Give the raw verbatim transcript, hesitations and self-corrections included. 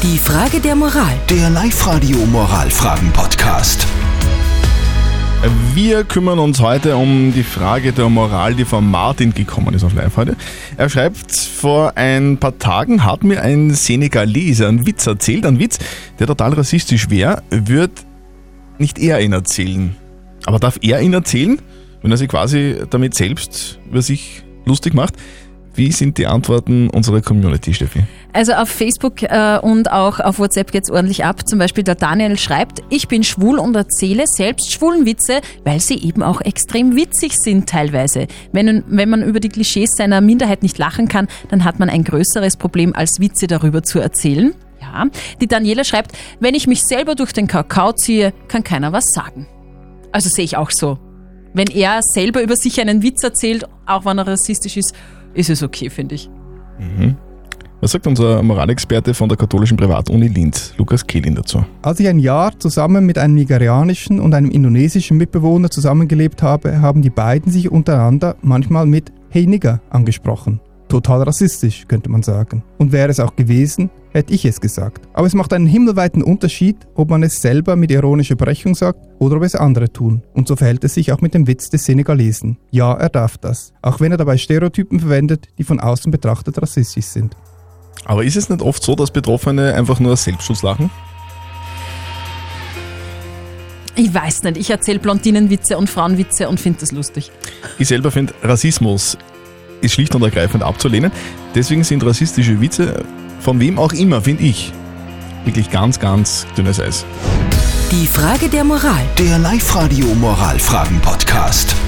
Die Frage der Moral. Der Live-Radio-Moralfragen-Podcast. Wir kümmern uns heute um die Frage der Moral, die von Martin gekommen ist auf Live heute. Er schreibt, vor ein paar Tagen hat mir ein Senegalese einen Witz erzählt, einen Witz, der total rassistisch wäre, wird nicht er ihn erzählen. Aber darf er ihn erzählen, wenn er sich quasi damit selbst über sich lustig macht? Wie sind die Antworten unserer Community, Steffi? Also auf Facebook äh, und auch auf WhatsApp geht's ordentlich ab. Zum Beispiel der Daniel schreibt, ich bin schwul und erzähle selbst schwulen Witze, weil sie eben auch extrem witzig sind teilweise. Wenn, wenn man über die Klischees seiner Minderheit nicht lachen kann, dann hat man ein größeres Problem, als Witze darüber zu erzählen. Ja. Die Daniela schreibt, wenn ich mich selber durch den Kakao ziehe, kann keiner was sagen. Also sehe ich auch so. Wenn er selber über sich einen Witz erzählt, auch wenn er rassistisch ist, ist es okay, finde ich. Mhm. Was sagt unser Moralexperte von der katholischen Privatuni Linz, Lukas Kehlin, dazu? Als ich ein Jahr zusammen mit einem nigerianischen und einem indonesischen Mitbewohner zusammengelebt habe, haben die beiden sich untereinander manchmal mit Hey Nigger angesprochen. Total rassistisch, könnte man sagen. Und wäre es auch gewesen, hätte ich es gesagt. Aber es macht einen himmelweiten Unterschied, ob man es selber mit ironischer Brechung sagt oder ob es andere tun. Und so verhält es sich auch mit dem Witz des Senegalesen. Ja, er darf das. Auch wenn er dabei Stereotypen verwendet, die von außen betrachtet rassistisch sind. Aber ist es nicht oft so, dass Betroffene einfach nur Selbstschutz lachen? Ich weiß nicht, ich erzähle Blondinenwitze und Frauenwitze und finde das lustig. Ich selber finde, Rassismus ist schlicht und ergreifend abzulehnen. Deswegen sind rassistische Witze, von wem auch immer, finde ich, wirklich ganz, ganz dünnes Eis. Die Frage der Moral. Der Live-Radio-Moralfragen-Podcast.